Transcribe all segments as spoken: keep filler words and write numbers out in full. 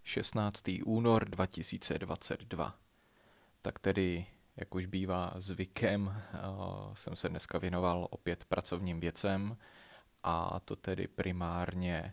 šestnáctého února dva tisíce dvacet dva. Tak tedy, jak už bývá zvykem, jsem se dneska věnoval opět pracovním věcem, a to tedy primárně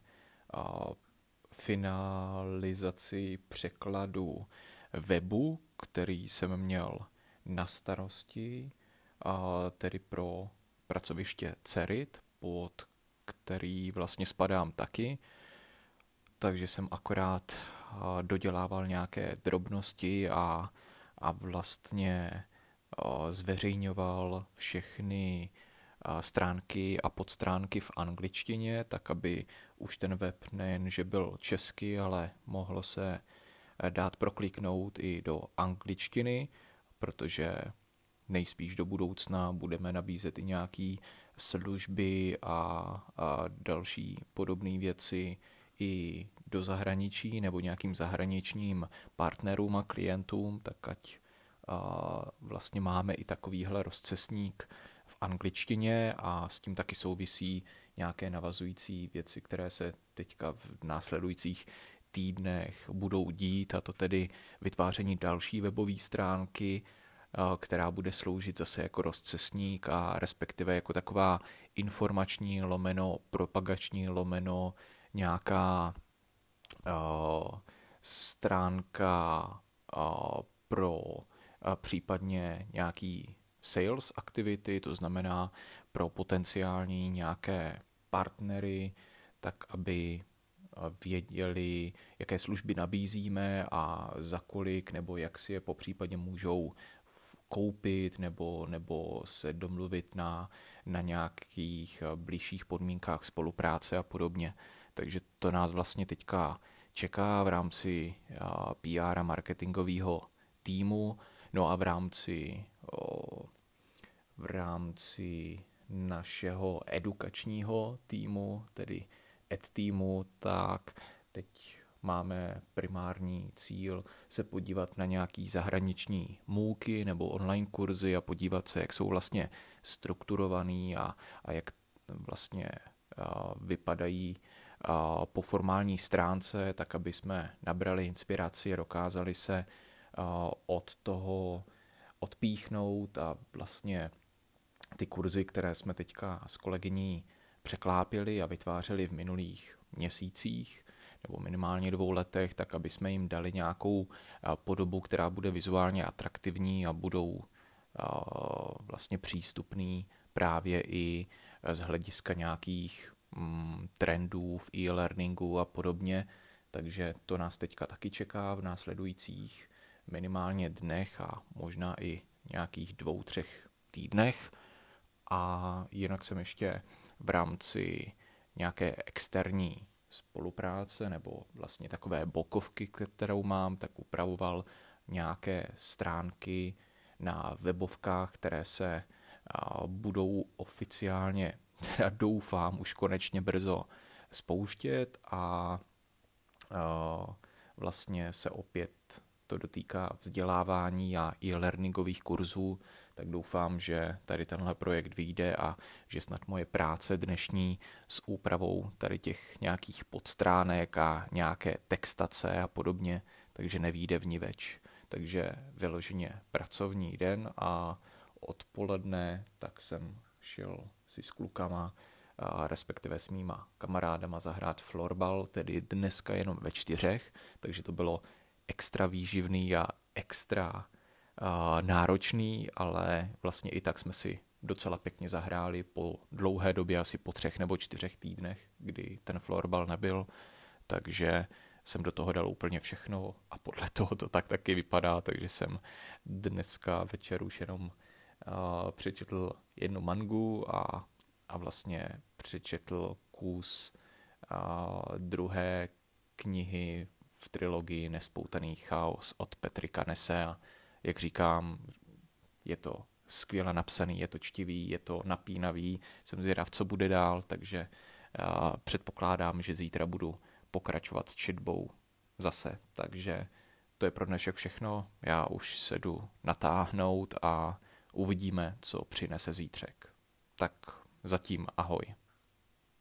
finalizaci překladu webu, který jsem měl na starosti, tedy pro pracoviště Cerit, pod který vlastně spadám taky. Takže jsem akorát dodělával nějaké drobnosti a, a vlastně zveřejňoval všechny stránky a podstránky v angličtině, tak aby už ten web nejen, že byl česky, ale mohlo se dát prokliknout i do angličtiny, protože nejspíš do budoucna budeme nabízet i nějaké služby a, a další podobné věci i do zahraničí nebo nějakým zahraničním partnerům a klientům, tak ať a, vlastně máme i takovýhle rozcestník v angličtině, a s tím taky souvisí nějaké navazující věci, které se teďka v následujících týdnech budou dít, a to tedy vytváření další webové stránky, která bude sloužit zase jako rozcestník a respektive jako taková informační lomeno, propagační lomeno, nějaká uh, stránka uh, pro uh, případně nějaký sales activity, to znamená pro potenciální nějaké partnery, tak aby věděli, jaké služby nabízíme a za kolik, nebo jak si je popřípadě můžou koupit, nebo, nebo se domluvit na, na nějakých blížších podmínkách spolupráce a podobně. Takže to nás vlastně teďka čeká v rámci P R a marketingového týmu, no a v rámci, v rámci našeho edukačního týmu, tedy ed týmu, tak teď máme primární cíl se podívat na nějaký zahraniční můky nebo online kurzy a podívat se, jak jsou vlastně strukturovaný a, a jak vlastně a, vypadají a, po formální stránce, tak aby jsme nabrali inspiraci a dokázali se a, od toho odpíchnout a vlastně ty kurzy, které jsme teďka s kolegyní překlápili a vytvářeli v minulých měsících nebo minimálně dvou letech, tak aby jsme jim dali nějakou podobu, která bude vizuálně atraktivní a budou vlastně přístupný právě i z hlediska nějakých trendů v e-learningu a podobně. Takže to nás teďka taky čeká v následujících minimálně dnech a možná i nějakých dvou, třech týdnech. A jinak jsem ještě v rámci nějaké externí spolupráce nebo vlastně takové bokovky, kterou mám, tak upravoval nějaké stránky na webovkách, které se budou oficiálně, teda doufám, už konečně brzo spouštět, a vlastně se opět to dotýká vzdělávání a e-learningových kurzů, tak doufám, že tady tenhle projekt vyjde a že snad moje práce dnešní s úpravou tady těch nějakých podstránek a nějaké textace a podobně, takže nevyjde vniveč. Takže vyloženě pracovní den, a odpoledne tak jsem šel si s klukama, a respektive s mýma kamarádama zahrát florbal, tedy dneska jenom ve čtyřech, takže to bylo extra výživný a extra uh, náročný, ale vlastně i tak jsme si docela pěkně zahráli po dlouhé době, asi po třech nebo čtyřech týdnech, kdy ten florbal nebyl, takže jsem do toho dal úplně všechno a podle toho to tak taky vypadá, takže jsem dneska večer už jenom uh, přečetl jednu mangu a, a vlastně přečetl kus uh, druhé knihy v trilogii Nespoutaný chaos od Patricka Nesse, a jak říkám, je to skvěle napsaný, je to čtivý, je to napínavý, jsem zvědav, co bude dál, takže uh, předpokládám, že zítra budu pokračovat s četbou zase, takže to je pro dnešek všechno, já už se jdu natáhnout a uvidíme, co přinese zítřek. Tak zatím ahoj.